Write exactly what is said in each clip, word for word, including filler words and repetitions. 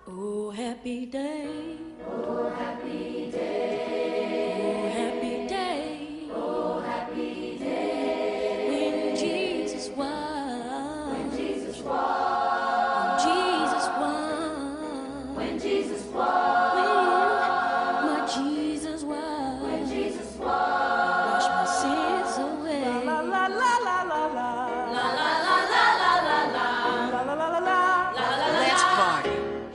Oh, happy day. Oh, happy day. Oh, happy day. Oh, happy day. When Jesus won. When Jesus won. When Jesus won. When Jesus won. When my Jesus won. When Jesus won. Wash my sins away. La la la la la la. La la la la la la la. La la la la la. Let's party.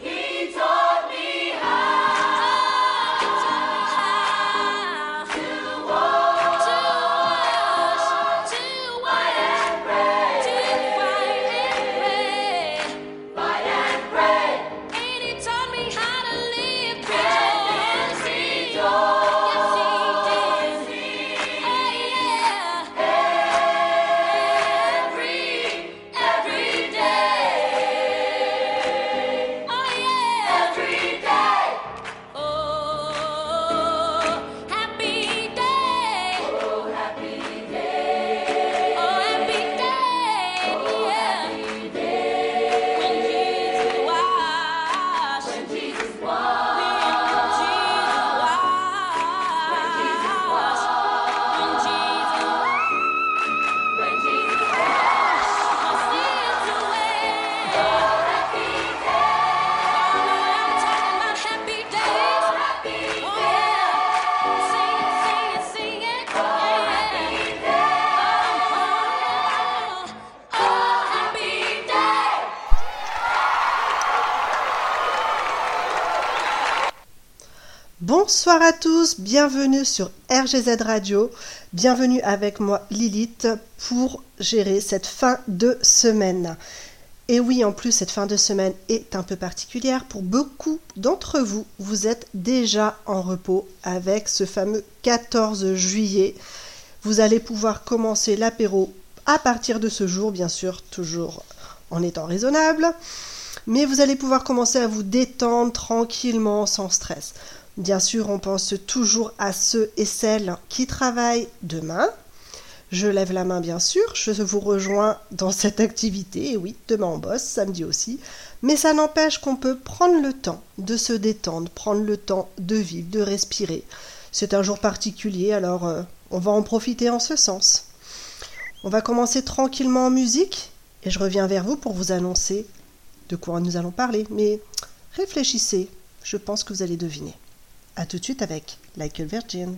Bonsoir à tous, bienvenue sur R G Z Radio, bienvenue avec moi Lilith pour gérer cette fin de semaine. Et oui, en plus cette fin de semaine est un peu particulière pour beaucoup d'entre vous, vous êtes déjà en repos avec ce fameux quatorze juillet. Vous allez pouvoir commencer l'apéro à partir de ce jour, bien sûr, toujours en étant raisonnable, mais vous allez pouvoir commencer à vous détendre tranquillement, sans stress. Bien sûr, on pense toujours à ceux et celles qui travaillent demain. Je lève la main, bien sûr, je vous rejoins dans cette activité. Et oui, demain on bosse, samedi aussi. Mais ça n'empêche qu'on peut prendre le temps de se détendre, prendre le temps de vivre, de respirer. C'est un jour particulier, alors euh, on va en profiter en ce sens. On va commencer tranquillement en musique et je reviens vers vous pour vous annoncer de quoi nous allons parler. Mais réfléchissez, je pense que vous allez deviner. A tout de suite avec Like a Virgin.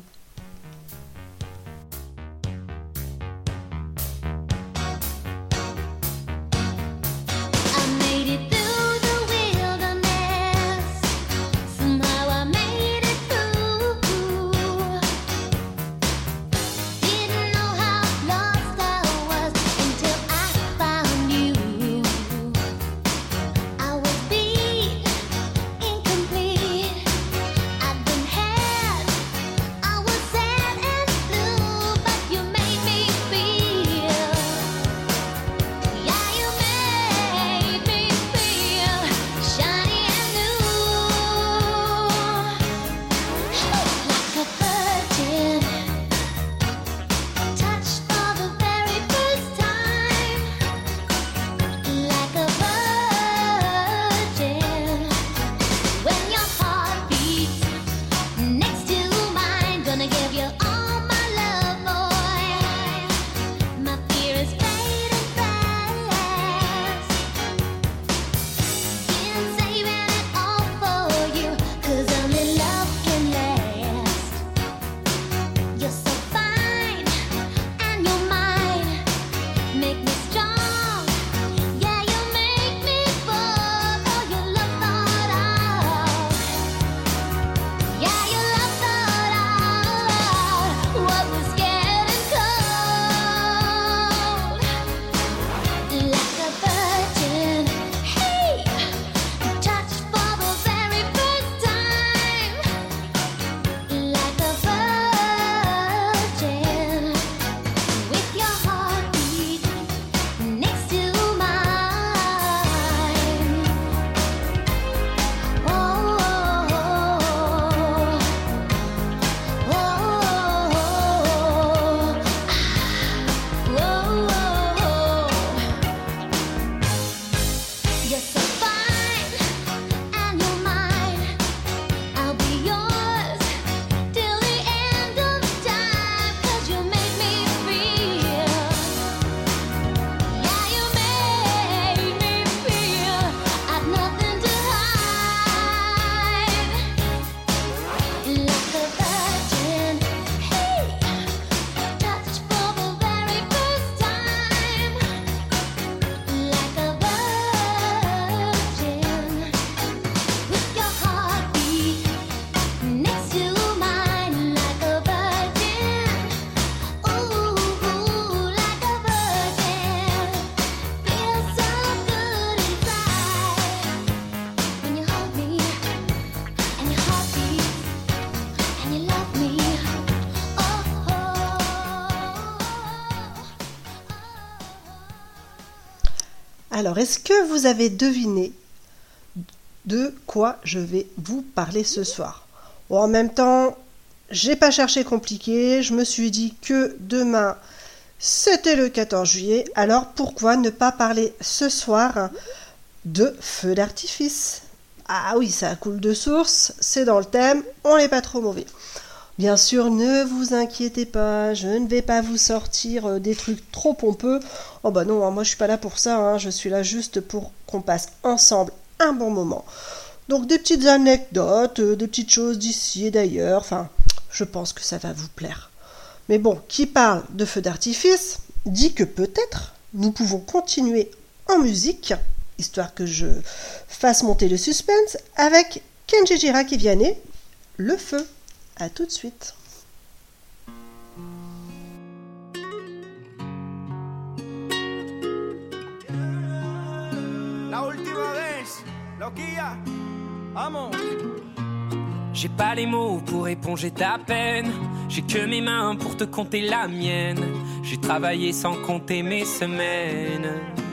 I Alors, est-ce que vous avez deviné de quoi je vais vous parler ce soir? Bon, en même temps, j'ai pas cherché compliqué, je me suis dit que demain c'était le quatorze juillet, alors pourquoi ne pas parler ce soir de feux d'artifice? Ah oui, ça coule de source, c'est dans le thème, on n'est pas trop mauvais. Bien sûr, ne vous inquiétez pas, je ne vais pas vous sortir des trucs trop pompeux. Oh bah non, moi je suis pas là pour ça, hein, je suis là juste pour qu'on passe ensemble un bon moment. Donc des petites anecdotes, des petites choses d'ici et d'ailleurs, enfin, je pense que ça va vous plaire. Mais bon, qui parle de feux d'artifice dit que peut-être nous pouvons continuer en musique, histoire que je fasse monter le suspense, avec Kenji Girac et Vianney, Le Feu. À tout de suite. La última vez, loquilla, vamos. J'ai pas les mots pour éponger ta peine. J'ai que mes mains pour te compter la mienne. J'ai travaillé sans compter mes semaines.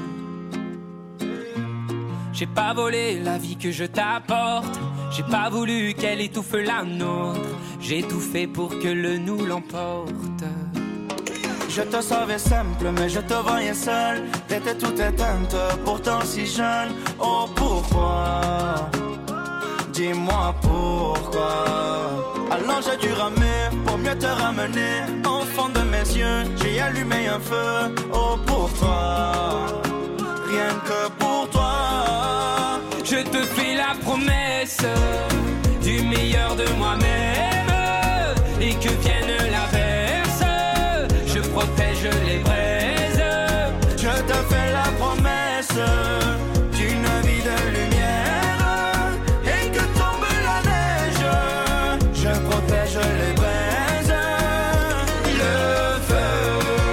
J'ai pas volé la vie que je t'apporte. J'ai pas voulu qu'elle étouffe la nôtre. J'ai tout fait pour que le nous l'emporte. Je te savais simple, mais je te voyais seul. T'étais toute éteinte, pourtant si jeune. Oh pourquoi? Dis-moi pourquoi. Alors j'ai dû ramer pour mieux te ramener. Au fond de mes yeux, j'ai allumé un feu. Oh pour toi, rien que pour toi. Je te fais la promesse du meilleur de moi-même. Et que vienne l'averse, je protège les braises. Je te fais la promesse d'une vie de lumière. Et que tombe la neige, je protège les braises. Le feu,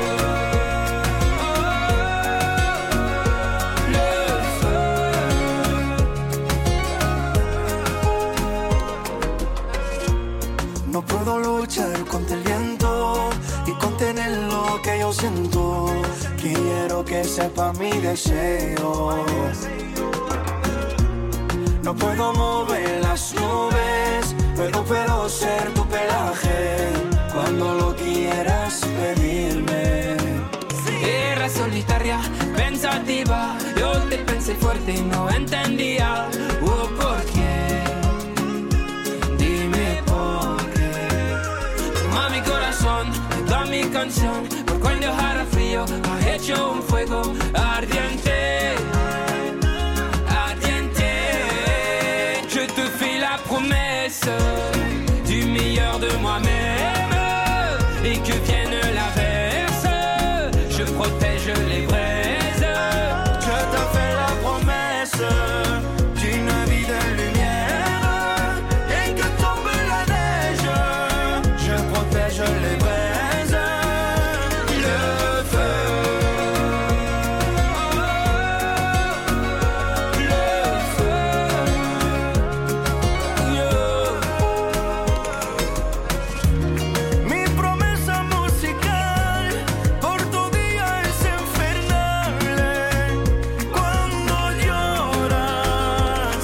le feu. No puedo luchar contra el viento y contener lo que yo siento. Quiero que sepa mi deseo. No puedo mover las nubes, pero puedo ser tu pelaje cuando lo quieras pedirme. Era solitaria, pensativa. Yo te pensé fuerte y no entendía. Oh, ¿por qué? Dime por qué. Toma mi corazón, toda mi canción. Por cuando hará frío, ha hecho un fuego ardiente. Ardiente. Je te fais la promesse du meilleur de moi-même. Et que vienne l'averse, je protège les braises. Je te fais la promesse d'une vie de lumière. Et que tombe la neige, je protège les braises. Le feu, le feu, yo. Mi promesa musical por tu día es infernal. Cuando lloras,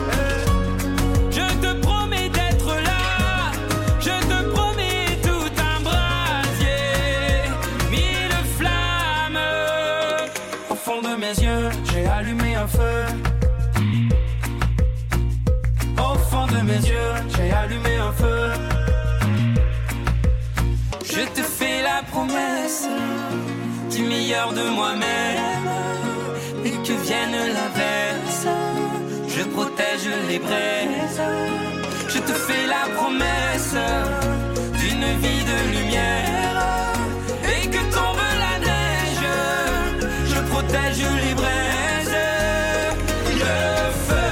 Je te promets d'être là. Je te promets tout un brasier. Mille flammes. au fond de mes yeux, j'ai allumé un feu. Au fond de mes yeux, j'ai allumé un feu. Je te fais la promesse du meilleur de moi-même. Et que vienne l'averse, je protège les braises. Je te fais la promesse d'une vie de lumière. Et que tombe la neige, je protège les braises. Le feu,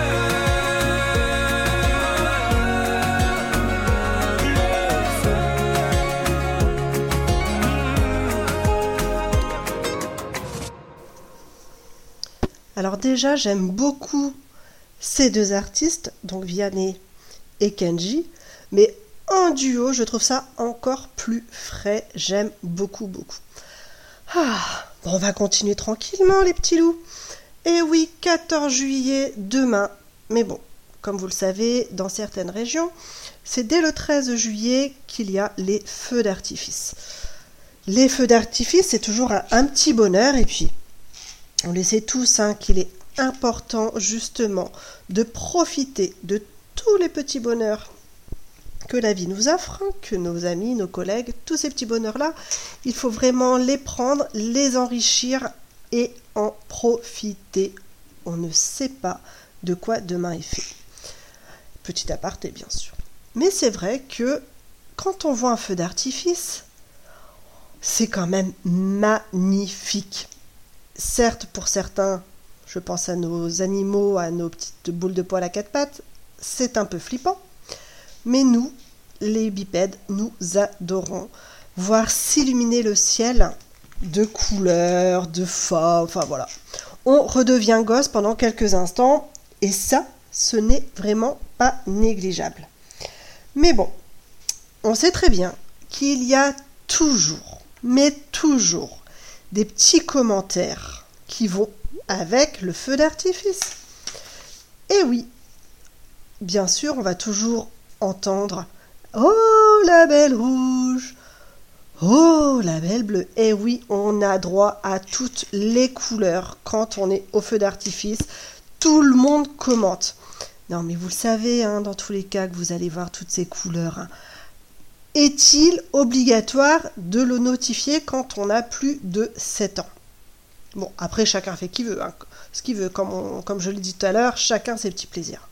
le feu. Alors déjà, j'aime beaucoup ces deux artistes, donc Vianney et Kenji, mais en duo, je trouve ça encore plus frais, j'aime beaucoup, beaucoup. Ah, bon, on va continuer tranquillement, les petits loups. Et oui, quatorze juillet, demain. Mais bon, comme vous le savez, dans certaines régions, c'est dès le treize juillet qu'il y a les feux d'artifice. Les feux d'artifice, c'est toujours un, un petit bonheur. Et puis, on le sait tous hein, qu'il est important justement de profiter de tous les petits bonheurs que la vie nous offre, que nos amis, nos collègues, tous ces petits bonheurs-là, il faut vraiment les prendre, les enrichir et en profiter. On ne sait pas de quoi demain est fait. Petit aparté, bien sûr. Mais c'est vrai que quand on voit un feu d'artifice, c'est quand même magnifique. Certes, pour certains, je pense à nos animaux, à nos petites boules de poils à quatre pattes, c'est un peu flippant. Mais nous, les bipèdes, nous adorons voir s'illuminer le ciel de couleurs, de formes, enfin voilà. On redevient gosse pendant quelques instants et ça, ce n'est vraiment pas négligeable. Mais bon, on sait très bien qu'il y a toujours, mais toujours, des petits commentaires qui vont avec le feu d'artifice. Et oui, bien sûr, on va toujours entendre « Oh, la belle rouge !» « Oh, la belle bleue !» Et oui, on a droit à toutes les couleurs quand on est au feu d'artifice. Tout le monde commente. Non, mais vous le savez, hein, dans tous les cas que vous allez voir toutes ces couleurs. Hein. Est-il obligatoire de le notifier quand on a plus de sept ans ? Bon, après, chacun fait qu'il veut. Hein. Ce qu'il veut, comme, on, comme je l'ai dit tout à l'heure, chacun ses petits plaisirs.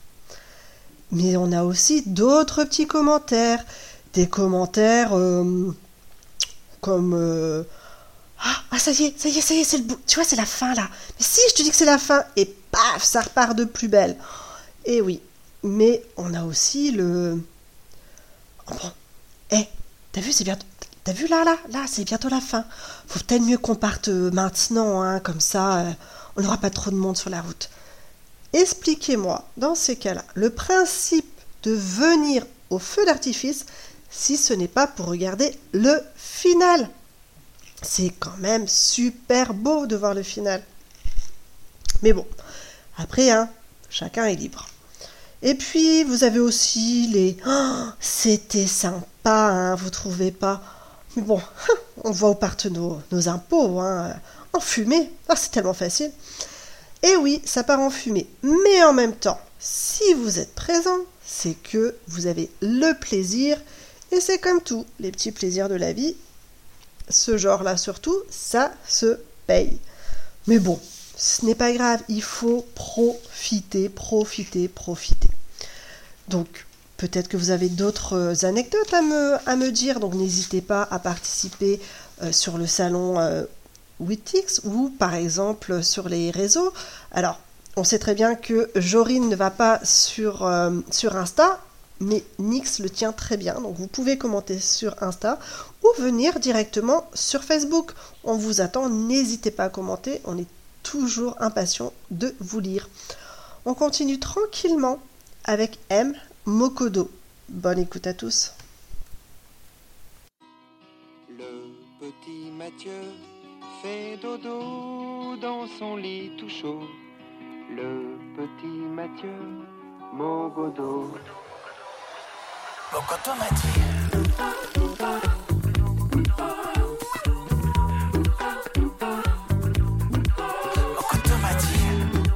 Mais on a aussi d'autres petits commentaires. Des commentaires euh, comme... Euh, ah, ah, ça y est, ça y est, ça y est, c'est le bout. Tu vois, c'est la fin, là. Mais si, je te dis que c'est la fin. Et paf, ça repart de plus belle. Et oui, mais on a aussi le... Oh bon, hé, hey, t'as vu, c'est bientôt... T'as vu, là, là, là, c'est bientôt la fin. Faut peut-être mieux qu'on parte maintenant, hein, comme ça, euh, on n'aura pas trop de monde sur la route. Expliquez-moi, dans ces cas-là, le principe de venir au feu d'artifice, si ce n'est pas pour regarder le final. C'est quand même super beau de voir le final. Mais bon, après, hein, chacun est libre. Et puis, vous avez aussi les... Oh, c'était sympa, hein, vous trouvez pas ? Mais bon, on voit où partent nos, nos impôts, hein, en fumée. Ah, c'est tellement facile. Et oui, ça part en fumée. Mais en même temps, si vous êtes présent, c'est que vous avez le plaisir. Et c'est comme tout, les petits plaisirs de la vie. Ce genre-là surtout, ça se paye. Mais bon, ce n'est pas grave, il faut profiter, profiter, profiter. Donc, peut-être que vous avez d'autres anecdotes à me, à me dire, donc n'hésitez pas à participer euh, sur le salon euh, Wittix ou par exemple sur les réseaux. Alors, on sait très bien que Jorine ne va pas sur, euh, sur Insta, mais Nix le tient très bien, donc vous pouvez commenter sur Insta ou venir directement sur Facebook. On vous attend, n'hésitez pas à commenter, on est toujours impatient de vous lire. On continue tranquillement avec M. Mokodo. Bonne écoute à tous. Le petit Mathieu fait dodo dans son lit tout chaud. Le petit Mathieu, Mogodo. Mokoto m'a dit. Mokoto m'a dit.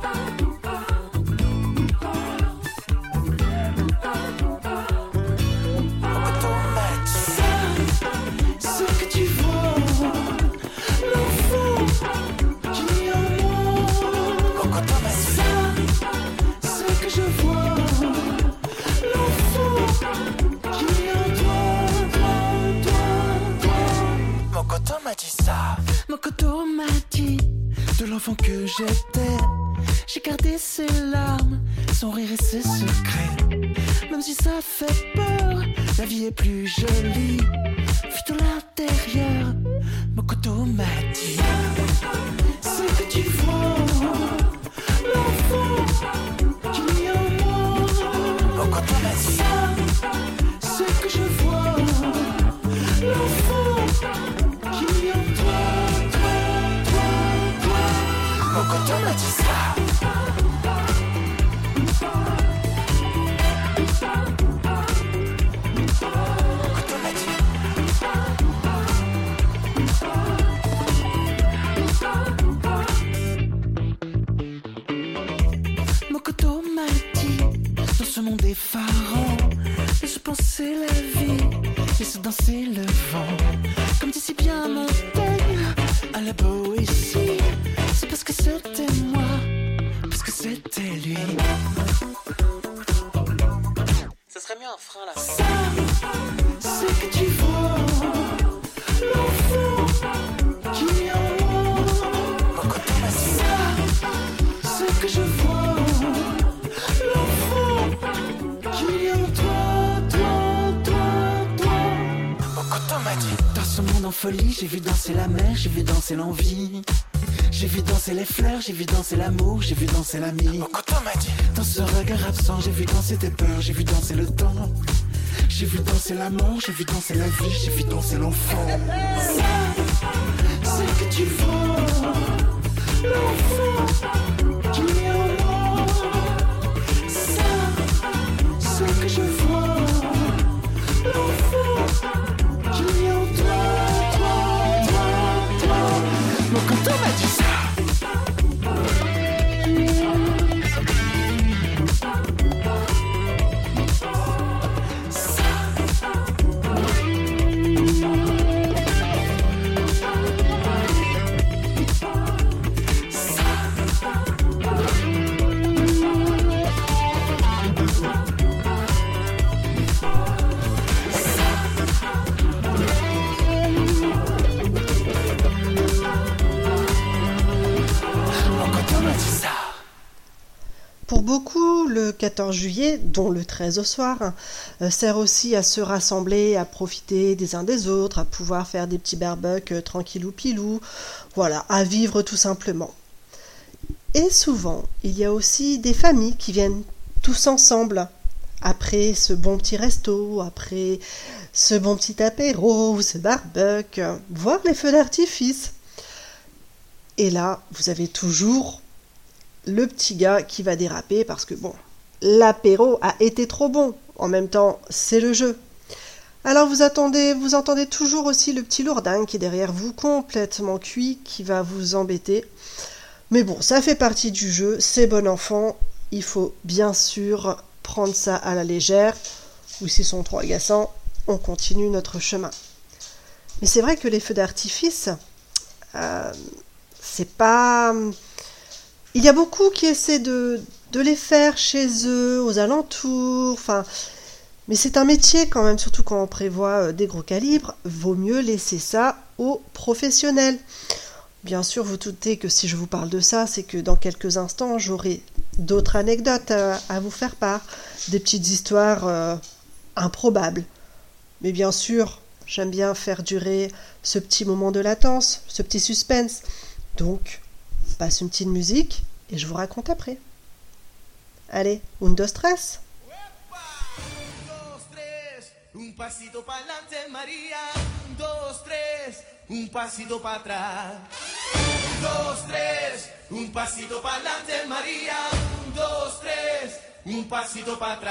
Mokoto m'a dit. Ce que tu vois, l'enfant qui est en moi. Mokoto m'a dit. Ce que je vois, l'enfant qui est en toi, toi, toi, toi. Mokoto m'a dit ça. Mokoto m'a dit de l'enfant que j'étais. J'ai gardé ses larmes, son rire et ses secrets. Même si ça fait peur, la vie est plus jolie. Vu de l'intérieur, Mokoto m'a dit ce que tu vois, l'enfant qui est en moi. Mokoto m'a dit. Ce que je vois, l'enfant qui est en toi, toi, toi, toi. Mokoto m'a dit ça. ce monde effarant. Et je pensais la vie, et se danser le vent. Comme dit si bien Montaigne, à la Boétie. C'est parce que c'était moi, parce que c'était lui. Ça serait mieux un frein là. Ça, c'est que tu vois l'enfant qui est en moi. Ça, c'est que je vois l'enfant qui est en toi, toi, toi, toi. Okoto m'a dit. Dans ce monde en folie, j'ai vu danser la mer, j'ai vu danser l'envie. J'ai vu danser les fleurs, j'ai vu danser l'amour, j'ai vu danser l'ami. Okoto m'a dit. Dans ce regard absent, j'ai vu danser tes peurs, j'ai vu danser le temps. J'ai vu danser la mort, j'ai vu danser la vie, j'ai vu danser l'enfant. Ça, c'est que tu vois l'enfant qui est en moi. Ça, c'est que je vois l'enfant qui est en toi, toi, toi, toi. Mon canton m'a dit ça. Pour beaucoup, le quatorze juillet, dont le treize au soir, euh, sert aussi à se rassembler, à profiter des uns des autres, à pouvoir faire des petits barbecues euh, tranquillou pilou, voilà, à vivre tout simplement. Et souvent, il y a aussi des familles qui viennent tous ensemble, après ce bon petit resto, après ce bon petit apéro, ce barbecue, voir les feux d'artifice. Et là, vous avez toujours le petit gars qui va déraper parce que bon, l'apéro a été trop bon. En même temps, c'est le jeu. Alors vous attendez, vous entendez toujours aussi le petit lourdin qui est derrière vous, complètement cuit, qui va vous embêter. Mais bon, ça fait partie du jeu, c'est bon enfant. Il faut bien sûr prendre ça à la légère. Ou s'ils sont trop agaçants, on continue notre chemin. Mais c'est vrai que les feux d'artifice, euh, c'est pas... Il y a beaucoup qui essaient de, de les faire chez eux, aux alentours, enfin, mais c'est un métier quand même, surtout quand on prévoit des gros calibres, vaut mieux laisser ça aux professionnels. Bien sûr, vous doutez que si je vous parle de ça, c'est que dans quelques instants, j'aurai d'autres anecdotes à, à vous faire part, des petites histoires euh, improbables. Mais bien sûr, j'aime bien faire durer ce petit moment de latence, ce petit suspense. Donc, passe une petite musique et je vous raconte après. Allez, un, dos, tres. Un pasito pa'lante María, un, dos, tres, un pasito para atrás. Un, dos, tres, un pasito pa'lante María, un, dos, tres, un pasito para atrás.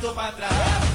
pasito para atrás.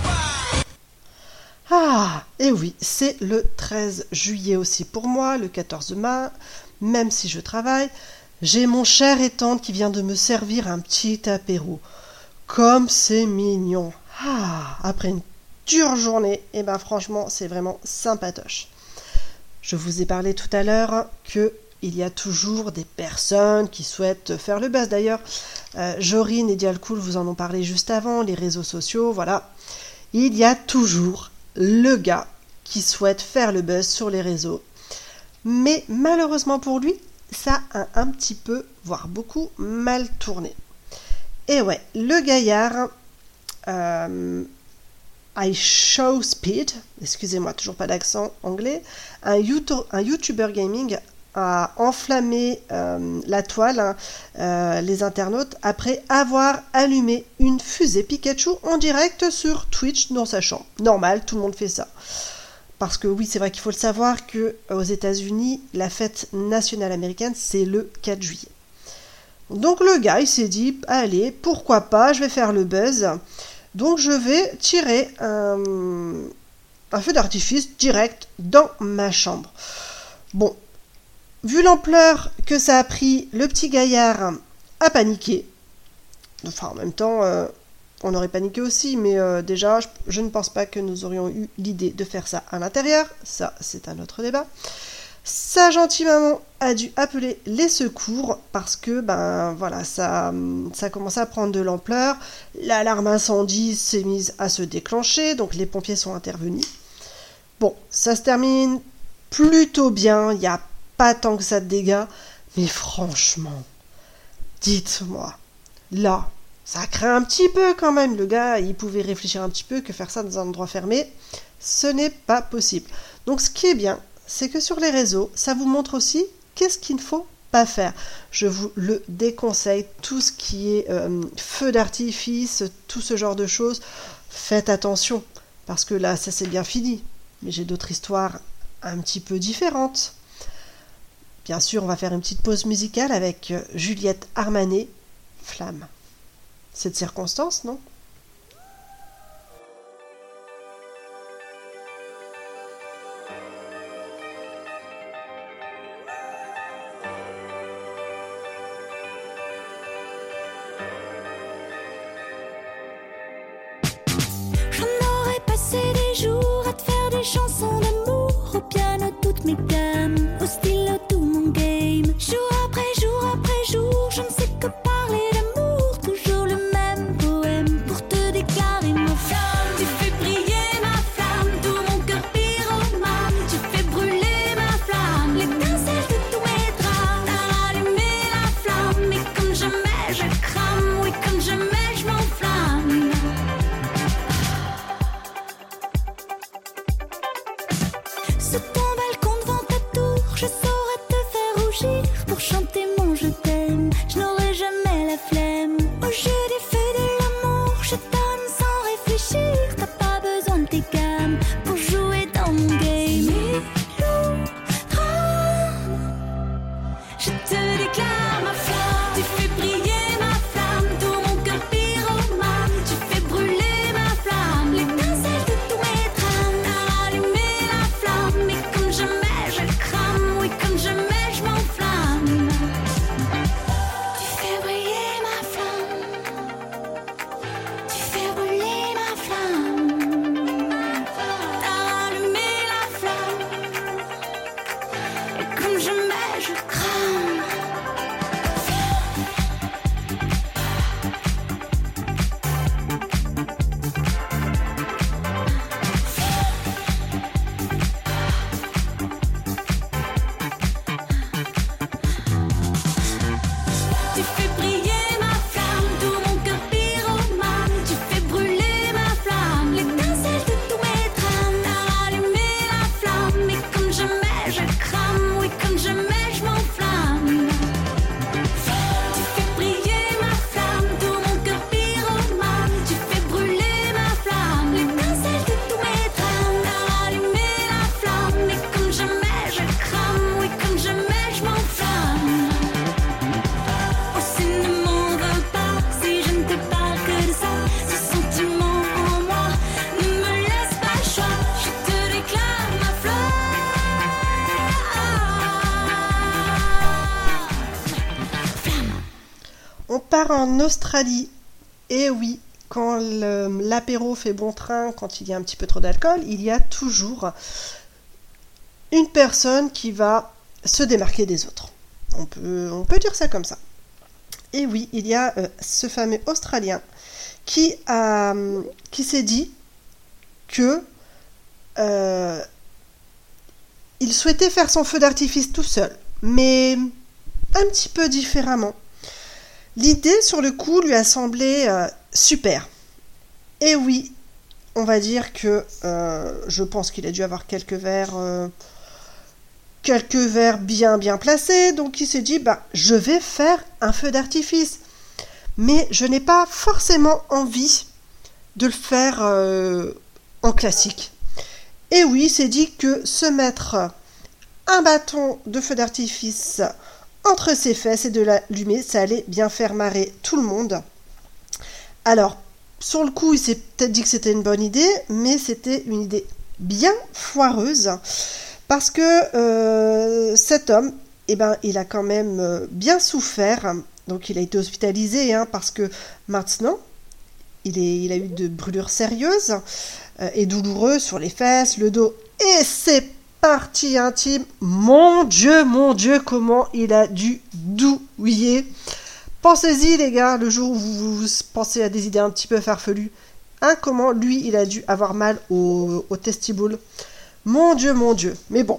Ah, et oui, c'est le treize juillet aussi pour moi, le quatorze mai, même si je travaille, j'ai mon cher et tendre qui vient de me servir un petit apéro. Comme c'est mignon. Ah, après une dure journée, et ben franchement, c'est vraiment sympatoche. Je vous ai parlé tout à l'heure que il y a toujours des personnes qui souhaitent faire le buzz. D'ailleurs, euh, Jorine et Dialcool vous en ont parlé juste avant, les réseaux sociaux, voilà. Il y a toujours le gars qui souhaite faire le buzz sur les réseaux. Mais malheureusement pour lui, ça a un petit peu, voire beaucoup, mal tourné. Et ouais, le gaillard, euh, I show speed, excusez-moi, toujours pas d'accent anglais, un, YouTube, un YouTuber gaming a enflammé euh, la toile, hein, euh, les internautes, après avoir allumé une fusée Pikachu en direct sur Twitch dans sa chambre. Normal, tout le monde fait ça. Parce que oui, c'est vrai qu'il faut le savoir qu'aux États-Unis, la fête nationale américaine, c'est le quatre juillet. Donc le gars, il s'est dit, allez, pourquoi pas, je vais faire le buzz. Donc je vais tirer un, un feu d'artifice direct dans ma chambre. Bon, vu l'ampleur que ça a pris, le petit gaillard a paniqué. Enfin, en même temps, euh, on aurait paniqué aussi, mais euh, déjà, je, je ne pense pas que nous aurions eu l'idée de faire ça à l'intérieur. Ça, c'est un autre débat. Sa gentille maman a dû appeler les secours parce que ben voilà, ça, ça commençait à prendre de l'ampleur. L'alarme incendie s'est mise à se déclencher, donc les pompiers sont intervenus. Bon, ça se termine plutôt bien, il n'y a pas tant que ça de dégâts, mais franchement, dites-moi, là, ça craint un petit peu quand même. Le gars, il pouvait réfléchir un petit peu que faire ça dans un endroit fermé, ce n'est pas possible. Donc ce qui est bien, c'est que sur les réseaux, ça vous montre aussi qu'est-ce qu'il ne faut pas faire. Je vous le déconseille, tout ce qui est euh, feu d'artifice, tout ce genre de choses, faites attention, parce que là, ça c'est bien fini. Mais j'ai d'autres histoires un petit peu différentes. Bien sûr, on va faire une petite pause musicale avec Juliette Armanet, Flamme. C'est de circonstance, non ? Chansons d'amour au piano, toutes mes gammes, au stylo tout mon game. Jour après jour après jour, je ne sais que parler d'amour. Toujours le même poème pour te déclarer mon flamme. Tu fais briller ma flamme, tout mon cœur pyromane. Tu fais brûler ma flamme, l'étincelle de tous mes drames. T'as allumé la flamme, et comme jamais je crame. Oui, comme jamais je m'enflamme. Sous ton balcon devant ta tour, je saurais te faire rougir. Pour chanter mon je t'aime, je n'aurai jamais la flemme. Au jeu des feux de l'amour, je donne sans réfléchir. T'as pas besoin de tes gammes pour jouer dans mon game. Je te déclare ma flamme. Tu fais briller ma flamme, tout mon cœur pyromane. Tu fais brûler ma flamme, l'étincelle de tous mes drames. T'as allumé la flamme, mais comme jamais je crame. Oui, comme jamais je m'enflamme. Tu fais briller ma flamme. On part en Australie. Et oui, quand le, l'apéro fait bon train, quand il y a un petit peu trop d'alcool, il y a toujours une personne qui va se démarquer des autres. On peut, on peut dire ça comme ça. Et oui, il y a euh, ce fameux Australien qui, a, qui s'est dit que euh, il souhaitait faire son feu d'artifice tout seul, mais un petit peu différemment. L'idée, sur le coup, lui a semblé euh, super. Et oui, on va dire que euh, je pense qu'il a dû avoir quelques verres, euh, quelques verres bien bien placés, donc il s'est dit, bah, je vais faire un feu d'artifice. Mais je n'ai pas forcément envie de le faire euh, en classique. Et oui, il s'est dit que se mettre un bâton de feu d'artifice entre ses fesses et de l'allumer, ça allait bien faire marrer tout le monde. Alors, sur le coup, il s'est peut-être dit que c'était une bonne idée, mais c'était une idée bien foireuse, parce que euh, cet homme, eh ben, il a quand même euh, bien souffert. Donc il a été hospitalisé hein, parce que maintenant, il, est, il a eu de brûlures sérieuses euh, et douloureuses sur les fesses, le dos et ses parties intimes. Mon Dieu, mon Dieu, comment il a dû douiller. Pensez-y les gars, le jour où vous, vous pensez à des idées un petit peu farfelues, hein, comment lui, il a dû avoir mal au, au testibule. Mon Dieu, mon Dieu. Mais bon,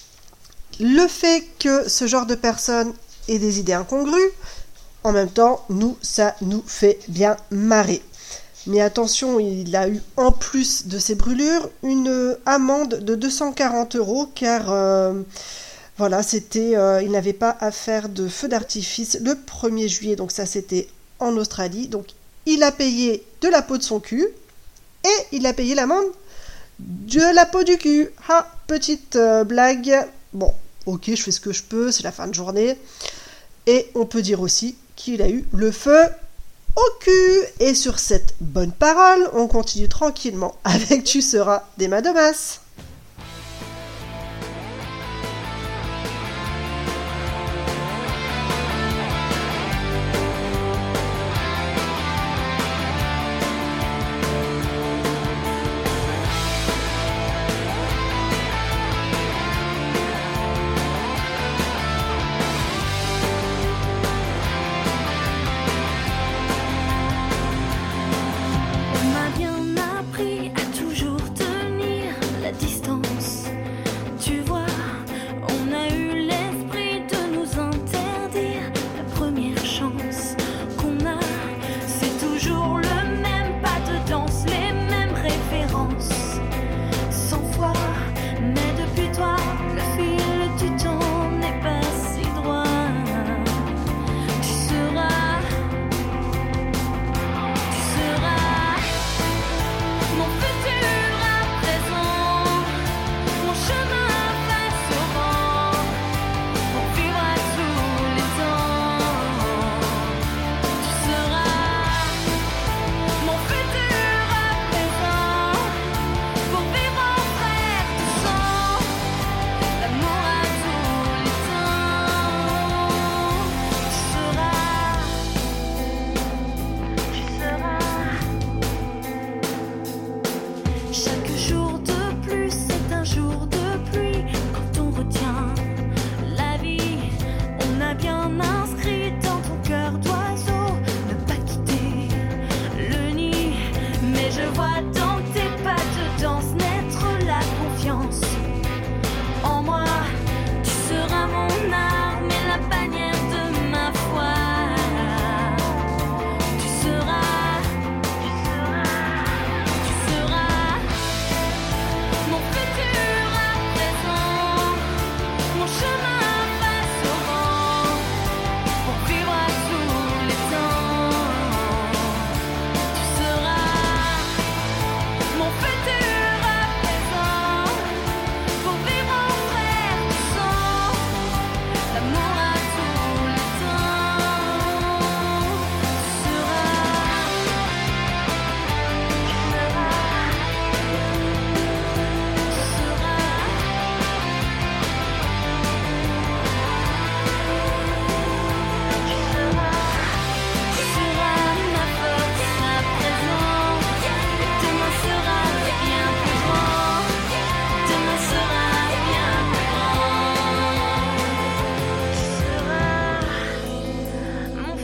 le fait que ce genre de personne ait des idées incongrues, en même temps, nous, ça nous fait bien marrer. Mais attention, il a eu, en plus de ses brûlures, une amende de deux cent quarante euros, car euh, voilà, c'était, euh, il n'avait pas à faire de feu d'artifice le premier juillet, donc ça c'était en Australie. Donc il a payé de la peau de son cul, et il a payé l'amende de la peau du cul. Ah, petite euh, blague. Bon, ok, je fais ce que je peux, c'est la fin de journée. Et on peut dire aussi qu'il a eu le feu au cul. Et sur cette bonne parole, on continue tranquillement avec Tu seras des Madomas. On m'a bien appris à toujours tenir la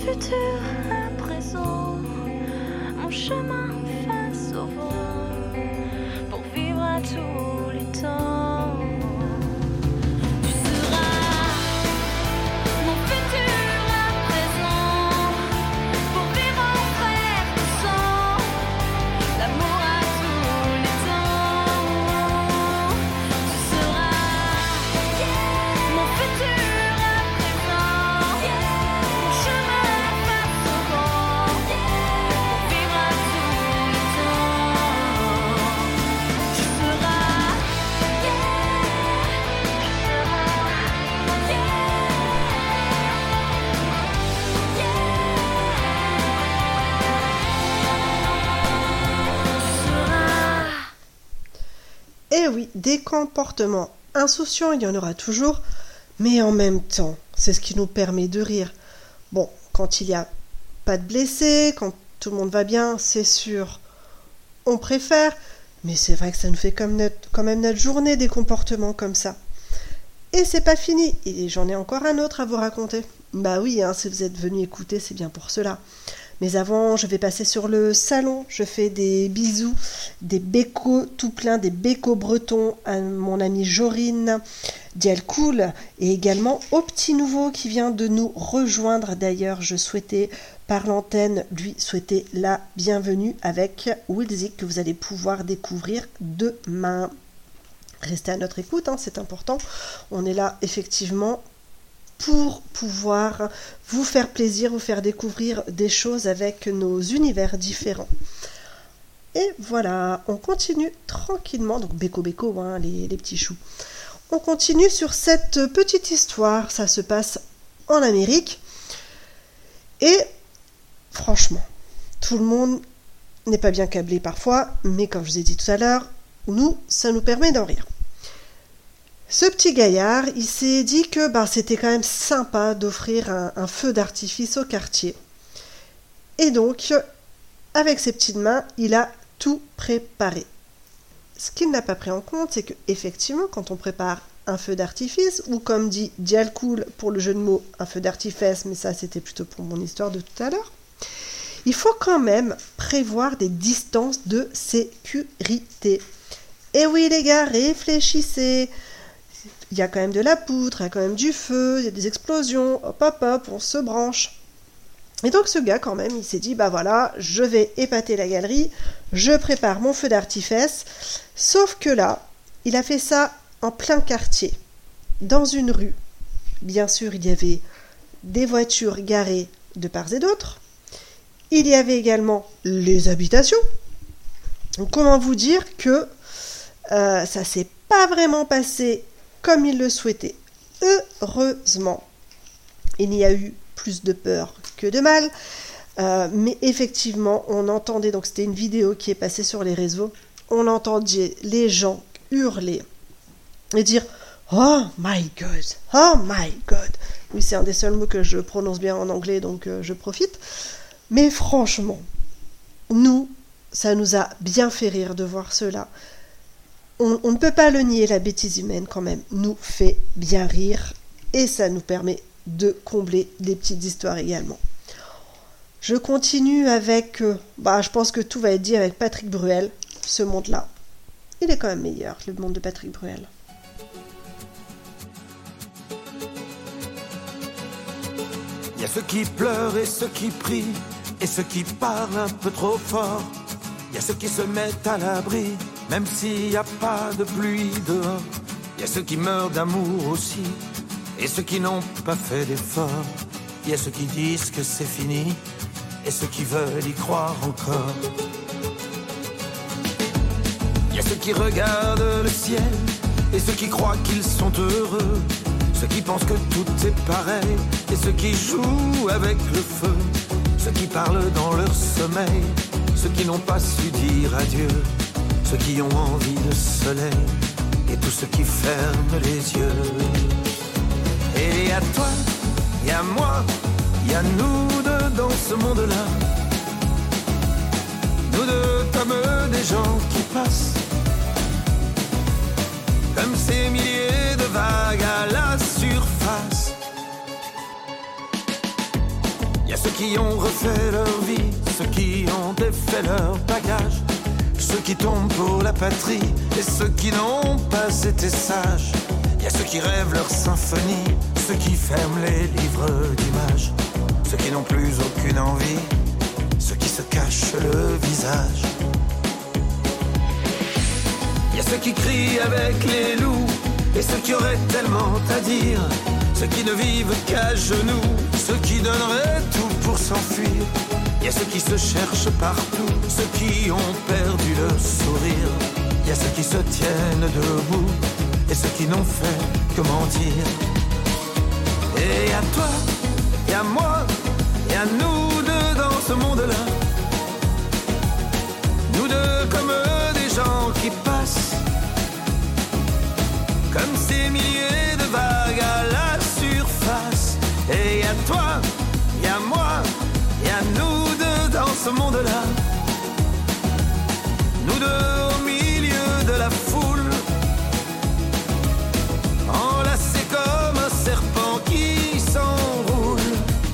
futur à présent, mon chemin face au vent, pour vivre à tous les temps. Tu seras mon futur à présent, pour vivre en frère de sang, l'amour à tous les temps. Tu seras mon futur à présent, mon chemin face au vent, pour vivre à tous les temps. Tu seras, Eh oui, des comportements insouciants, il y en aura toujours, mais en même temps, c'est ce qui nous permet de rire. Bon, quand il n'y a pas de blessés, quand tout le monde va bien, c'est sûr, on préfère, mais c'est vrai que ça nous fait comme notre, quand même notre journée des comportements comme ça. Et c'est pas fini, et j'en ai encore un autre à vous raconter. Bah oui, hein, si vous êtes venu écouter, c'est bien pour cela. Mais avant, je vais passer sur le salon. Je fais des bisous, des bécos tout plein, des bécos bretons à mon amie Jorine Dialcool et également au petit nouveau qui vient de nous rejoindre. D'ailleurs, je souhaitais par l'antenne lui souhaiter la bienvenue avec Wilzik que vous allez pouvoir découvrir demain. Restez à notre écoute, hein, c'est important. On est là effectivement pour pouvoir vous faire plaisir, vous faire découvrir des choses avec nos univers différents. Et voilà, on continue tranquillement, donc béco béco, hein, les, les petits choux. On continue sur cette petite histoire, ça se passe en Amérique. Et franchement, tout le monde n'est pas bien câblé parfois, mais comme je vous ai dit tout à l'heure, nous, ça nous permet d'en rire. Ce petit gaillard, il s'est dit que bah, c'était quand même sympa d'offrir un, un feu d'artifice au quartier. Et donc, avec ses petites mains, il a tout préparé. Ce qu'il n'a pas pris en compte, c'est que effectivement, quand on prépare un feu d'artifice, ou comme dit Dialcool pour le jeu de mots, un feu d'artifice, mais ça c'était plutôt pour mon histoire de tout à l'heure, il faut quand même prévoir des distances de sécurité. Et oui les gars, réfléchissez. Il y a quand même de la poudre, il y a quand même du feu, il y a des explosions, hop hop hop, on se branche. Et donc ce gars quand même, il s'est dit, bah voilà, je vais épater la galerie, je prépare mon feu d'artifice. Sauf que là, il a fait ça en plein quartier, dans une rue. Bien sûr, il y avait des voitures garées de part et d'autre. Il y avait également les habitations. Donc comment vous dire que euh, ça s'est pas vraiment passé comme il le souhaitait. Heureusement, il y a eu plus de peur que de mal, euh, mais effectivement, on entendait, donc c'était une vidéo qui est passée sur les réseaux, on entendait les gens hurler et dire « Oh my God, oh my God ». Oui, c'est un des seuls mots que je prononce bien en anglais, donc euh, je profite. Mais franchement, nous, ça nous a bien fait rire de voir cela. On, on ne peut pas le nier, la bêtise humaine quand même nous fait bien rire et ça nous permet de combler des petites histoires également. Je continue avec, euh, bah, je pense que tout va être dit avec Patrick Bruel, ce monde-là. Il est quand même meilleur, le monde de Patrick Bruel. Il y a ceux qui pleurent et ceux qui prient, et ceux qui parlent un peu trop fort. Il y a ceux qui se mettent à l'abri, même s'il n'y a pas de pluie dehors. Il y a ceux qui meurent d'amour aussi, et ceux qui n'ont pas fait d'effort. Il y a ceux qui disent que c'est fini, et ceux qui veulent y croire encore. Il y a ceux qui regardent le ciel, et ceux qui croient qu'ils sont heureux. Ceux qui pensent que tout est pareil, et ceux qui jouent avec le feu. Ceux qui parlent dans leur sommeil, ceux qui n'ont pas su dire adieu. Ceux qui ont envie de soleil, et tous ceux qui ferment les yeux. Et y a toi, y a moi, y a nous deux dans ce monde-là. Nous deux comme des gens qui passent, comme ces milliers de vagues à la surface. y a ceux qui ont refait leur vie, ceux qui ont défait leur bagage, ceux qui tombent pour la patrie et ceux qui n'ont pas été sages. Y a ceux qui rêvent leur symphonie, ceux qui ferment les livres d'images, ceux qui n'ont plus aucune envie, ceux qui se cachent le visage. Y a ceux qui crient avec les loups et ceux qui auraient tellement à dire, ceux qui ne vivent qu'à genoux, ceux qui donneraient tout pour s'enfuir. Y a ceux qui se cherchent partout, ceux qui ont perdu le sourire. Y a ceux qui se tiennent debout et ceux qui n'ont fait que mentir. Et y a toi, y a moi, y a nous deux dans ce monde-là. Nous deux comme des gens qui passent, comme ces milliers de vagues à la surface. Et y a toi, y a moi, y a nous deux dans ce monde-là. Nous deux au milieu de la foule, enlacés comme un serpent qui s'enroule.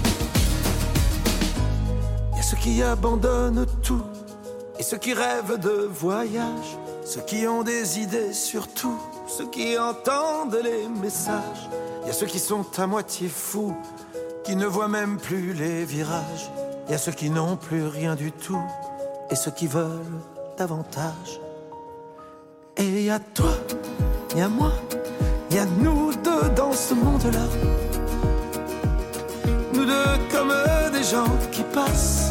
Y a ceux qui abandonnent tout et ceux qui rêvent de voyage, ceux qui ont des idées sur tout, ceux qui entendent les messages. Y a ceux qui sont à moitié fous, qui ne voient même plus les virages. Y a ceux qui n'ont plus rien du tout et ceux qui veulent davantage. Et y a toi, y a moi, y a nous deux dans ce monde-là. Nous deux comme des gens qui passent,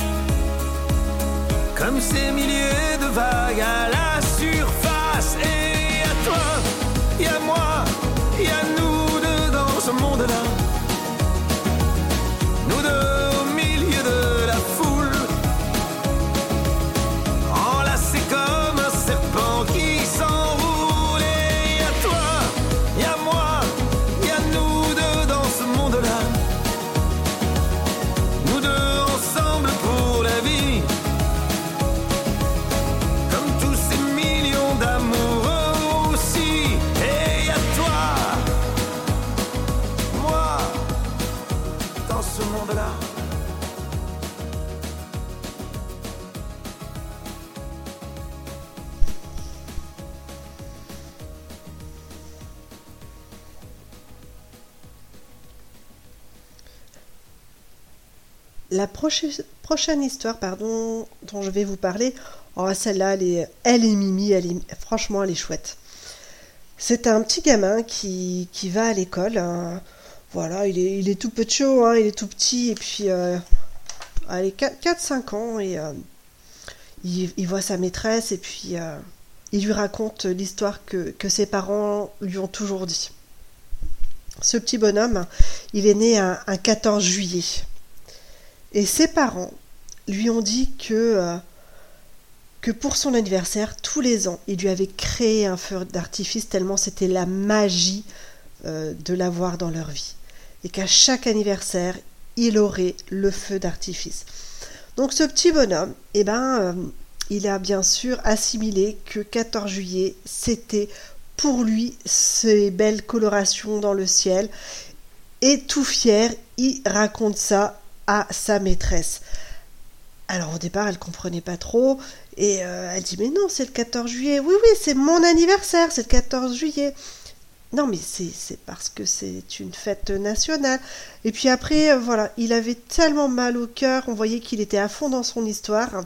comme ces milliers de vagues à la surface. Et y a toi, y a moi, y a nous deux dans ce monde-là. Nous deux au milieu de la foule, enlacés comme un serpent qui s'enroule. Et y a toi, y a moi, y a nous deux dans ce monde-là. Nous deux ensemble pour la vie, comme tous ces millions d'amoureux aussi. Et y a toi, moi, dans ce monde-là. La prochaine, prochaine histoire pardon, dont je vais vous parler, oh, celle-là, elle est, elle est mimi, elle est, franchement, elle est chouette. C'est un petit gamin qui, qui va à l'école. Hein. Voilà, il est, il est tout petit, hein, il est tout petit, et puis, euh, allez, quatre cinq ans, et euh, il, il voit sa maîtresse, et puis euh, il lui raconte l'histoire que, que ses parents lui ont toujours dit. Ce petit bonhomme, il est né un, un quatorze juillet. Et ses parents lui ont dit que, euh, que pour son anniversaire, tous les ans, il lui avait créé un feu d'artifice tellement c'était la magie euh, de l'avoir dans leur vie. Et qu'à chaque anniversaire, il aurait le feu d'artifice. Donc ce petit bonhomme, eh ben, euh, il a bien sûr assimilé que quatorze juillet, c'était pour lui ces belles colorations dans le ciel. Et tout fier, il raconte ça à sa maîtresse. Alors au départ, elle comprenait pas trop et euh, elle dit mais non, c'est le quatorze juillet. Oui oui, c'est mon anniversaire, c'est le quatorze juillet. Non mais c'est c'est parce que c'est une fête nationale. Et puis après euh, voilà, il avait tellement mal au cœur, on voyait qu'il était à fond dans son histoire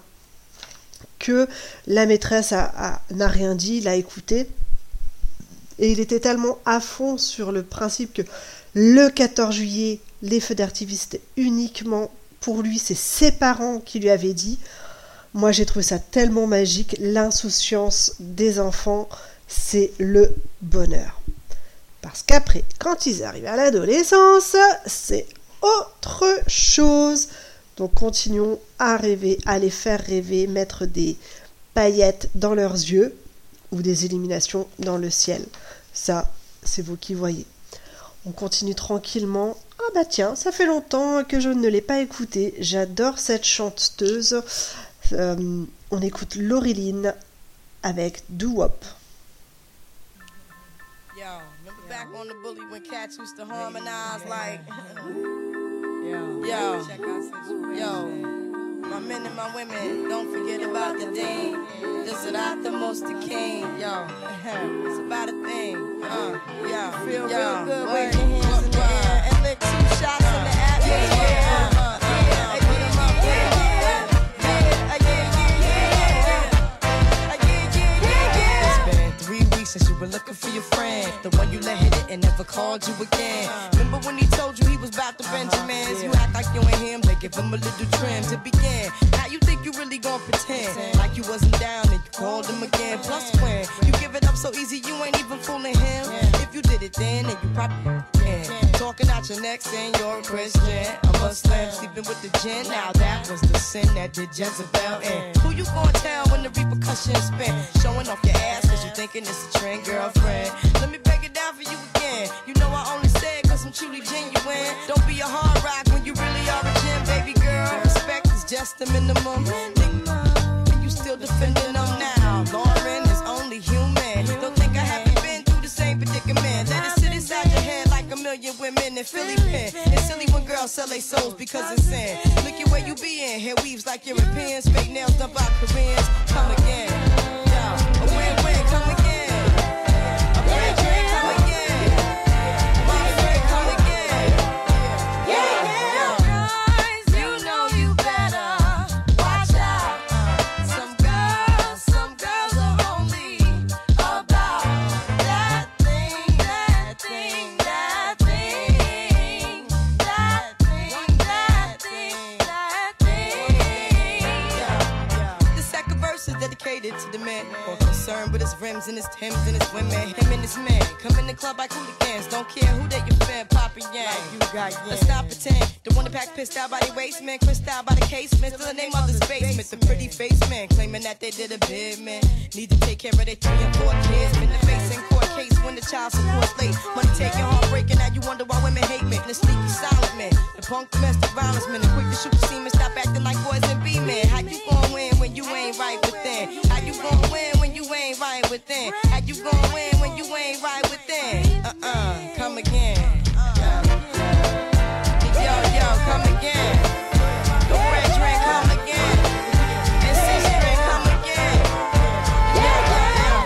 que la maîtresse a, a, n'a rien dit, l'a écouté. Et il était tellement à fond sur le principe que le quatorze juillet, les feux d'artifice, c'était uniquement pour lui, c'est ses parents qui lui avaient dit. Moi, j'ai trouvé ça tellement magique. L'insouciance des enfants, c'est le bonheur. Parce qu'après, quand ils arrivent à l'adolescence, c'est autre chose. Donc, continuons à rêver, à les faire rêver, mettre des paillettes dans leurs yeux ou des illuminations dans le ciel. Ça, c'est vous qui voyez. On continue tranquillement. Ah bah tiens, ça fait longtemps que je ne l'ai pas écoutée. J'adore cette chanteuse. Euh, on écoute Laureline avec Doo Wop. Yo, remember back on the bully when cats used to harmonize like Yo, yo, my men and my women, don't forget about the dean. This is not the most the king. Yo, it's about a thing. Uh, yo, feel yo, real good. Wave your hands in the air and lick two shots in the atmosphere. Uh, uh, uh, put 'em up, put 'em up. Since you were looking for your friend, the one you let hit it and never called you again. Remember when he told you he was about to Benjamins? You act like you and him, they give him a little trim to begin. Now you think you really gon' pretend like you wasn't down and you called him again. Plus when you give it up so easy, you ain't even fooling him. If you did it then, then you probably can. Talking out your neck saying you're a Christian, a Muslim, sleeping with the gin. Now that was the sin that did Jezebel in. Who you gonna tell when the repercussions spin? Showing off your ass cause you thinking it's a trend, girlfriend. Let me break it down for you again. You know I only say it cause I'm truly genuine. Don't be a hard rock when you really are a gem, baby girl. Respect is just the minimum. And you still defending them now. Lauren is only human. Don't think I haven't been through the same predicament. Let it sit inside your head like a million women in Philly pen. It's silly when girls sell their souls because it's sin. Look at where you be in. Hair weaves like Europeans. Fake nails done by Koreans. Come again. Yo, a win-win, come again. To the man, more concerned with his rims and his Timbs and his women. Him and his man come in the club like hooligans. Don't care who they your fan, poppin' yang. You got yang. Let's not pretend. The one that pack pissed out by the waist, man. Crissed out by the casement. Still the name of the basement. The pretty face man claiming that they did a bid, man. Need to take care of their three and four kids. Been the face in court case when the child support's late. Money taking, heartbreaking. Now you wonder why women hate me. The sneaky silent man. The punk domestic violence man. The quick to shoot the semen. Stop acting like boys and be men. How you gon' win when you ain't right within? How you gon' win when you ain't right within? How you gon' win when you ain't right within? Uh-uh, come again. Yo, yo, come again. The red drink, come again. And six drink, come again. Yeah, yeah,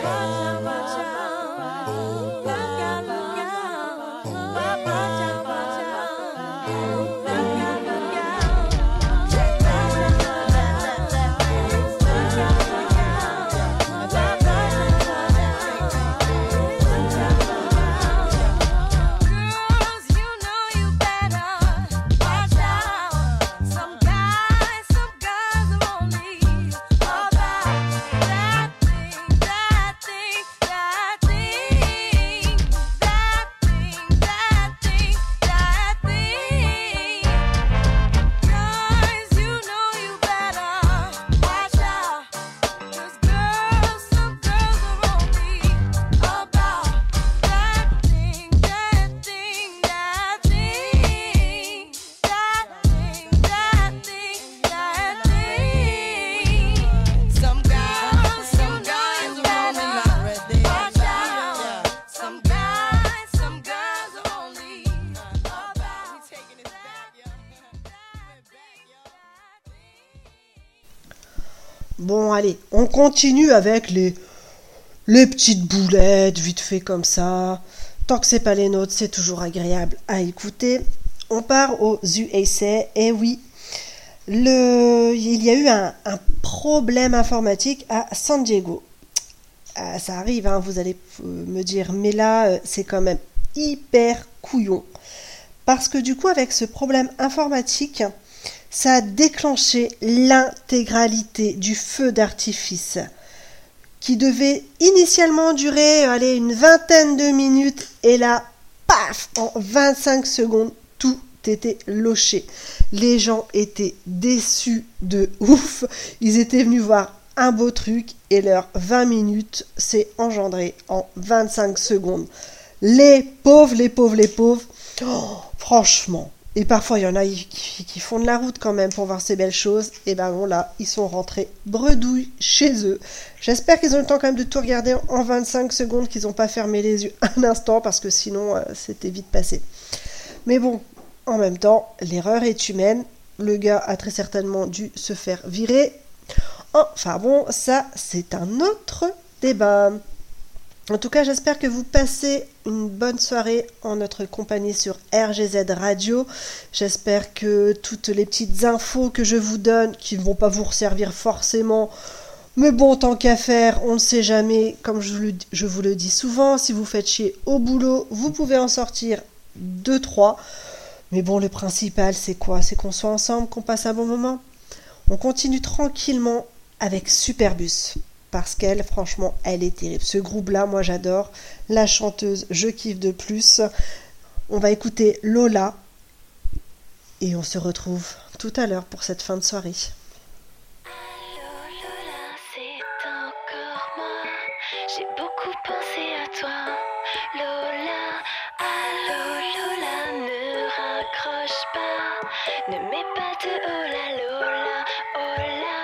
Bon, allez, on continue avec les, les petites boulettes, vite fait comme ça. Tant que c'est pas les nôtres, c'est toujours agréable à écouter. On part aux U S A. Et oui, le, il y a eu un, un problème informatique à San Diego. Euh, ça arrive, hein, vous allez me dire, mais là, euh, c'est quand même hyper couillon. Parce que du coup, avec ce problème informatique, ça a déclenché l'intégralité du feu d'artifice qui devait initialement durer allez, une vingtaine de minutes et là, paf, en vingt-cinq secondes, tout était loché. Les gens étaient déçus de ouf. Ils étaient venus voir un beau truc et leur vingt minutes s'est engendré en vingt-cinq secondes. Les pauvres, les pauvres, les pauvres, oh, franchement. Et parfois, il y en a qui, qui font de la route quand même pour voir ces belles choses. Et ben bon, là, ils sont rentrés bredouilles chez eux. J'espère qu'ils ont le temps quand même de tout regarder en vingt-cinq secondes, qu'ils n'ont pas fermé les yeux un instant, parce que sinon, euh, c'était vite passé. Mais bon, en même temps, l'erreur est humaine. Le gars a très certainement dû se faire virer. Enfin bon, ça, c'est un autre débat. En tout cas, j'espère que vous passez une bonne soirée en notre compagnie sur R G Z Radio. J'espère que toutes les petites infos que je vous donne, qui ne vont pas vous servir forcément, mais bon, tant qu'à faire, on ne sait jamais. Comme je, le, je vous le dis souvent, si vous faites chier au boulot, vous pouvez en sortir deux, trois. Mais bon, le principal, c'est quoi? C'est qu'on soit ensemble, qu'on passe un bon moment. On continue tranquillement avec Superbus. Parce qu'elle, franchement, elle est terrible. Ce groupe-là, moi, j'adore. La chanteuse, je kiffe de plus. On va écouter Lola. Et on se retrouve tout à l'heure pour cette fin de soirée. Allô Lola, c'est encore moi. J'ai beaucoup pensé à toi, Lola. Allô Lola, ne raccroche pas. Ne mets pas de oh là Lola, oh là.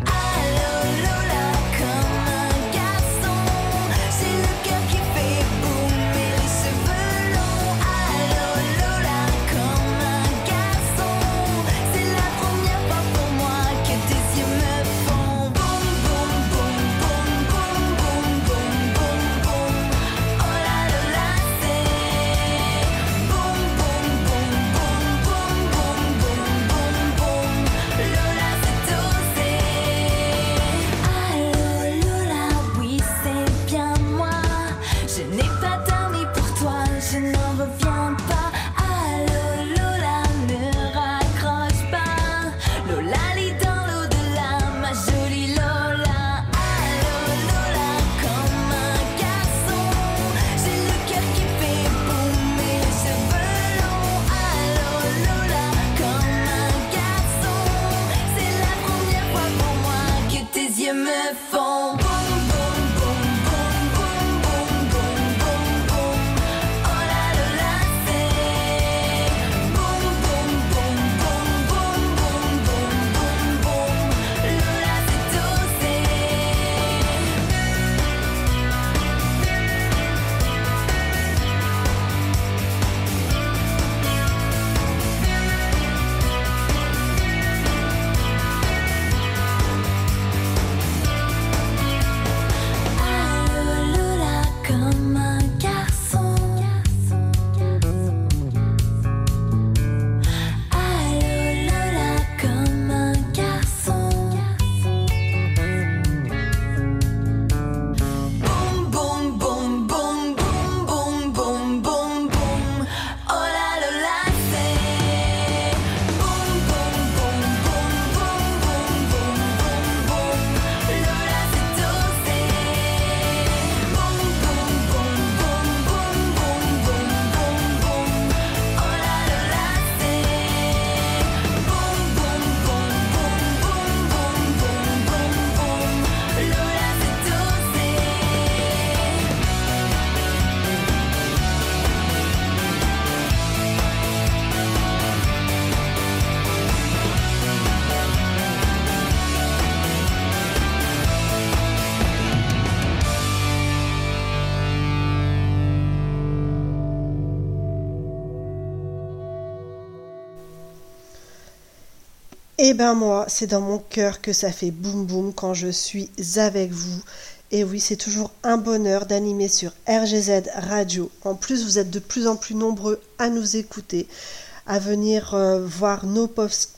Eh ben moi, c'est dans mon cœur que ça fait boum boum quand je suis avec vous. Et oui, c'est toujours un bonheur d'animer sur R G Z Radio. En plus, vous êtes de plus en plus nombreux à nous écouter, à venir euh, voir nos posts,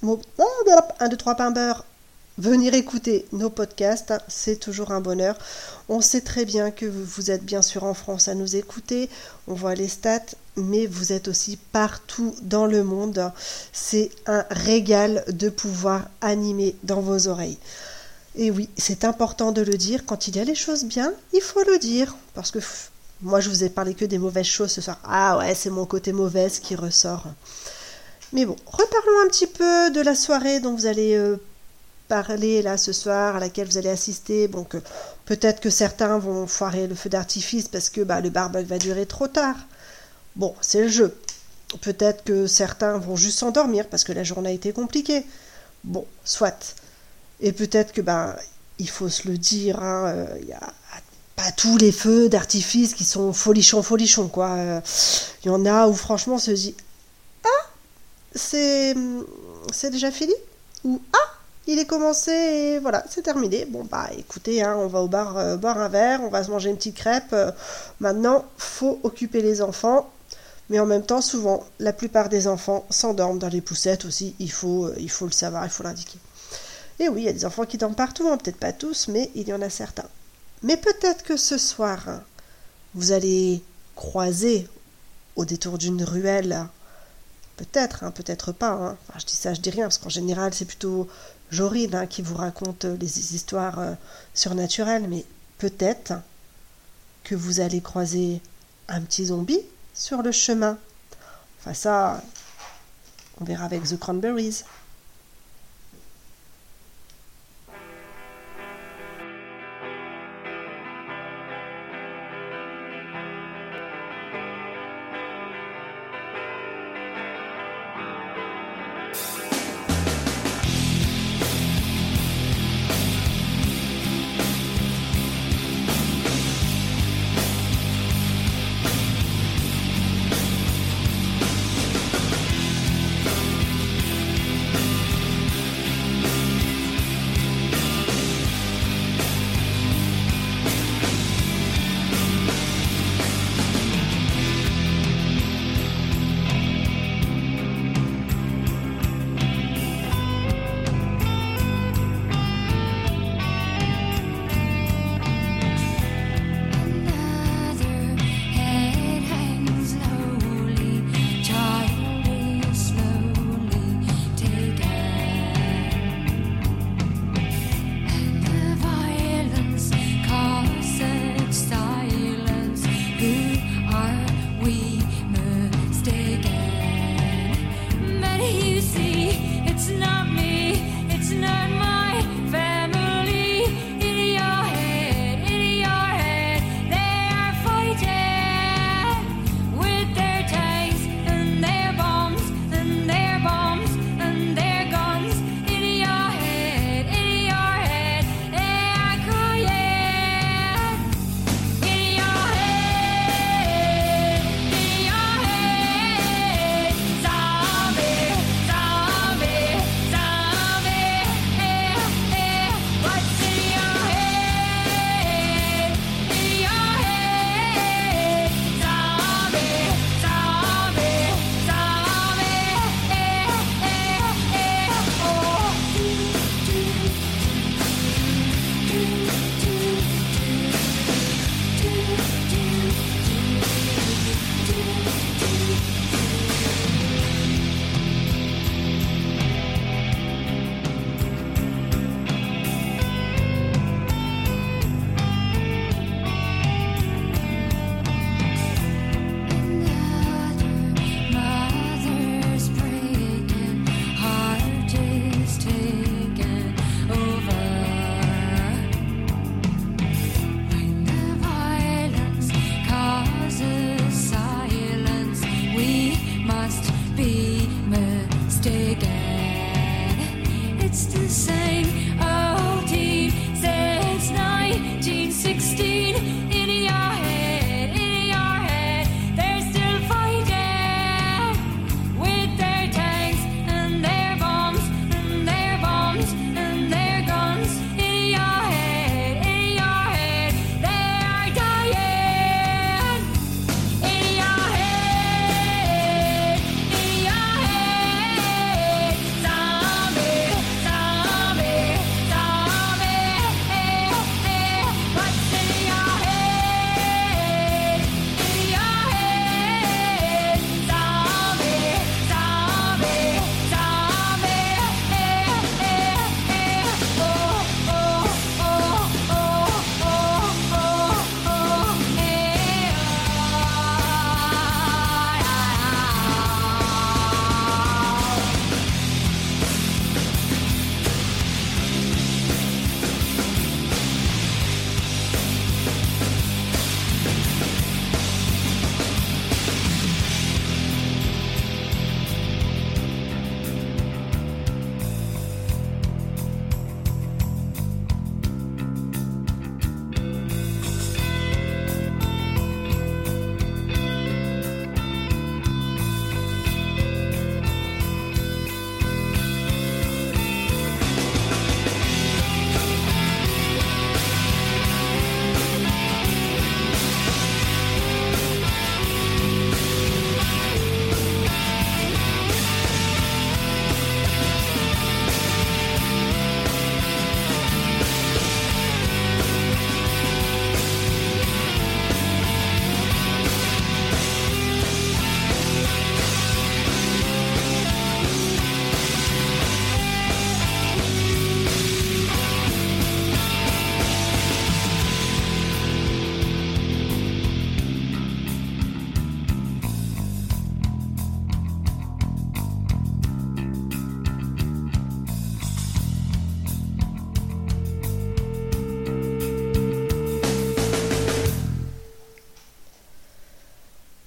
un, deux, trois pain beurre, venir écouter nos podcasts, hein, c'est toujours un bonheur. On sait très bien que vous êtes bien sûr en France à nous écouter, on voit les stats, mais vous êtes aussi partout dans le monde. C'est un régal de pouvoir animer dans vos oreilles. Et oui, c'est important de le dire, quand il y a les choses bien, il faut le dire, parce que pff, moi je vous ai parlé que des mauvaises choses ce soir. Ah ouais, c'est mon côté mauvaise qui ressort. Mais bon, reparlons un petit peu de la soirée dont vous allez euh, parler là ce soir, à laquelle vous allez assister. Bon, que, peut-être que certains vont foirer le feu d'artifice parce que bah, le barbecue va durer trop tard. Bon, c'est le jeu. Peut-être que certains vont juste s'endormir parce que la journée a été compliquée. Bon, soit. Et peut-être que ben il faut se le dire, hein, euh, y a pas tous les feux d'artifice qui sont folichons, folichons, quoi. Il euh, y en a où franchement on se dit ah, c'est, c'est déjà fini ? Ou ah, il est commencé et voilà, c'est terminé. Bon bah écoutez, hein, on va au bar euh, boire un verre, on va se manger une petite crêpe. Euh, maintenant, faut occuper les enfants. Mais en même temps, souvent, la plupart des enfants s'endorment dans les poussettes aussi. Il faut, euh, il faut le savoir, il faut l'indiquer. Et oui, il y a des enfants qui dorment partout, hein, peut-être pas tous, mais il y en a certains. Mais peut-être que ce soir, hein, vous allez croiser au détour d'une ruelle, peut-être, hein, peut-être pas. Hein. Enfin, je dis ça, je dis rien, parce qu'en général, c'est plutôt Jorine hein, qui vous raconte les histoires euh, surnaturelles, mais peut-être que vous allez croiser un petit zombie sur le chemin. Enfin ça, on verra avec The Cranberries.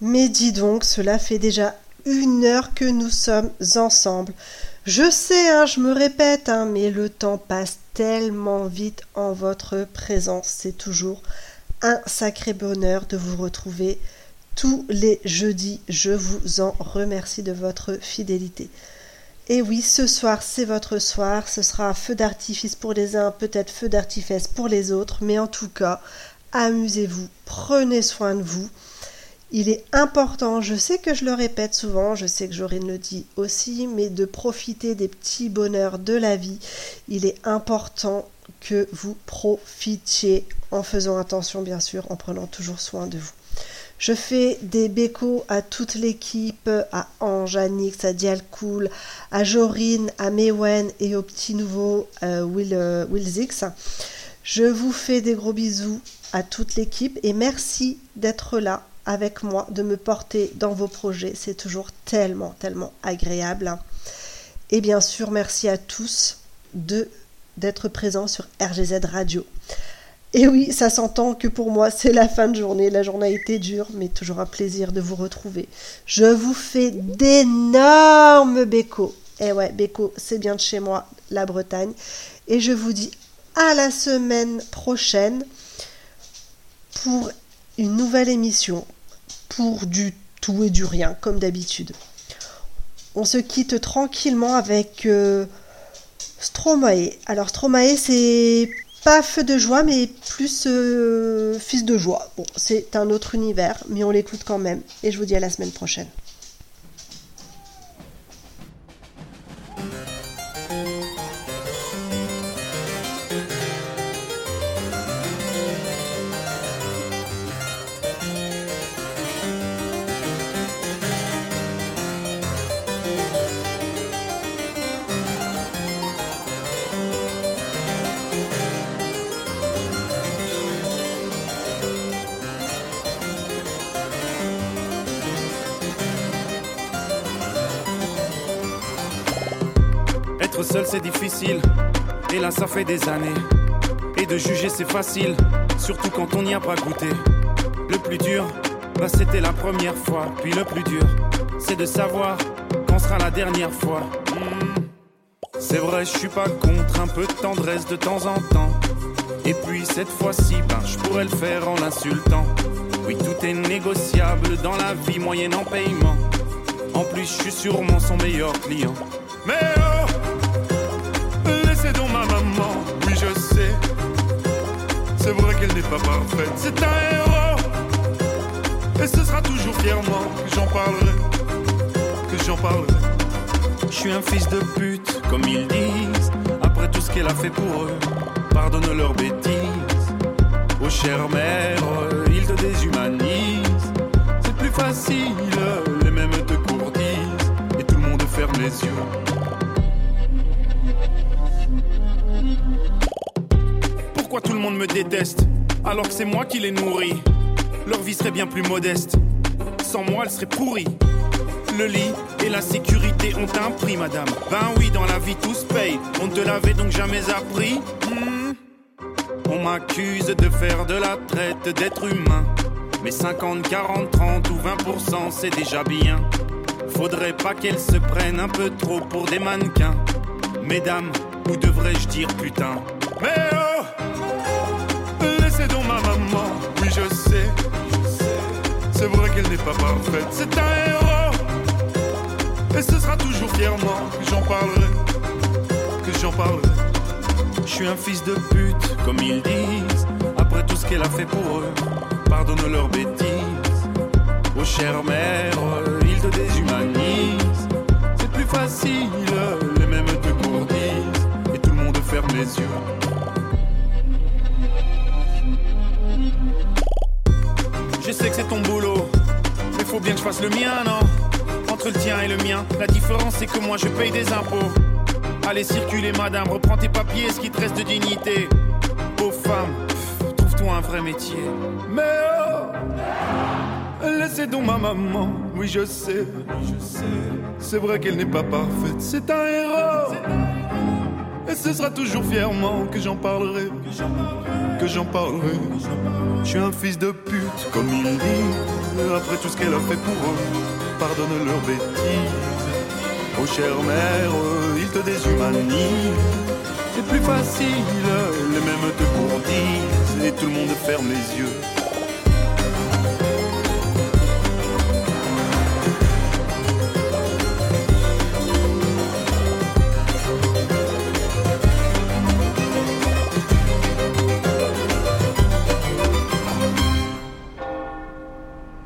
Mais dis donc, cela fait déjà une heure que nous sommes ensemble. Je sais, hein, je me répète, hein, mais le temps passe tellement vite en votre présence. C'est toujours un sacré bonheur de vous retrouver tous les jeudis. Je vous en remercie de votre fidélité. Et oui, ce soir, c'est votre soir. Ce sera un feu d'artifice pour les uns, peut-être feu d'artifice pour les autres. Mais en tout cas, amusez-vous, prenez soin de vous. Il est important, je sais que je le répète souvent, je sais que Jorine le dit aussi, mais de profiter des petits bonheurs de la vie. Il est important que vous profitiez en faisant attention, bien sûr, en prenant toujours soin de vous. Je fais des bécos à toute l'équipe, à Ange, à Nix, à Dialcool, à Jorine, à Mewen et au petit nouveau euh, Will, euh, Willzix. Je vous fais des gros bisous à toute l'équipe et merci d'être là avec moi, de me porter dans vos projets. C'est toujours tellement, tellement agréable. Et bien sûr, merci à tous de, d'être présents sur R G Z Radio. Et oui, ça s'entend que pour moi, c'est la fin de journée. La journée a été dure, mais toujours un plaisir de vous retrouver. Je vous fais d'énormes bécos. Et ouais, bécos, c'est bien de chez moi, la Bretagne. Et je vous dis à la semaine prochaine pour une nouvelle émission, pour du tout et du rien, comme d'habitude. On se quitte tranquillement avec euh, Stromae. Alors Stromae, c'est pas feu de joie, mais plus euh, fils de joie. Bon, c'est un autre univers, mais on l'écoute quand même. Et je vous dis à la semaine prochaine. Seul c'est difficile, et là ça fait des années. Et de juger c'est facile, surtout quand on n'y a pas goûté. Le plus dur, bah c'était la première fois. Puis le plus dur, c'est de savoir quand sera la dernière fois. mmh. C'est vrai, je suis pas contre un peu de tendresse de temps en temps. Et puis cette fois-ci, ben je pourrais le faire en l'insultant. Oui, tout est négociable dans la vie moyennant paiement. En plus je suis sûrement son meilleur client. Mais oh, c'est donc ma maman, oui je sais. C'est vrai qu'elle n'est pas parfaite, c'est un héros. Et ce sera toujours fièrement que j'en parlerai, que j'en parlerai. Je suis un fils de pute, comme ils disent. Après tout ce qu'elle a fait pour eux, pardonne leurs bêtises. Oh chère mère, ils te déshumanisent. C'est plus facile, les mêmes te courtisent. Et tout le monde ferme les yeux. Pourquoi tout le monde me déteste, alors que c'est moi qui les nourris? Leur vie serait bien plus modeste, sans moi elle serait pourrie. Le lit et la sécurité ont un prix, madame. Ben oui, dans la vie tout se paye, on ne te l'avait donc jamais appris. mmh. On m'accuse de faire de la traite d'êtres humains. Mais cinquante, quarante, trente ou vingt pour cent c'est déjà bien. Faudrait pas qu'elles se prennent un peu trop pour des mannequins. Mesdames, ou devrais-je dire putain? Mais oh, laissez donc ma maman, oui je sais. C'est vrai qu'elle n'est pas parfaite, c'est un héros. Et ce sera toujours fièrement que j'en parlerai, que j'en parlerai. Je suis un fils de pute, comme ils disent. Après tout ce qu'elle a fait pour eux, pardonne leurs bêtises. Oh chère mère, ils te déshumanisent. C'est plus facile, les mêmes te courtisent. Et tout le monde ferme les yeux. Je sais que c'est ton boulot, mais faut bien que je fasse le mien, non? Entre le tien et le mien, la différence c'est que moi je paye des impôts. Allez circuler madame, reprends tes papiers, ce qui te reste de dignité. Aux femmes, pff, trouve-toi un vrai métier. Mais oh, laissez donc ma maman, oui je sais, oui, je sais. C'est vrai qu'elle n'est pas parfaite, c'est un héros. Et ce sera toujours fièrement que j'en parlerai, que j'en parlerai. Je suis un fils de pute, comme ils disent. Après tout ce qu'elle a fait pour eux, pardonne leurs bêtises. Oh chère mère, ils te déshumanisent. C'est plus facile, les mêmes te courtisent. Et tout le monde ferme les yeux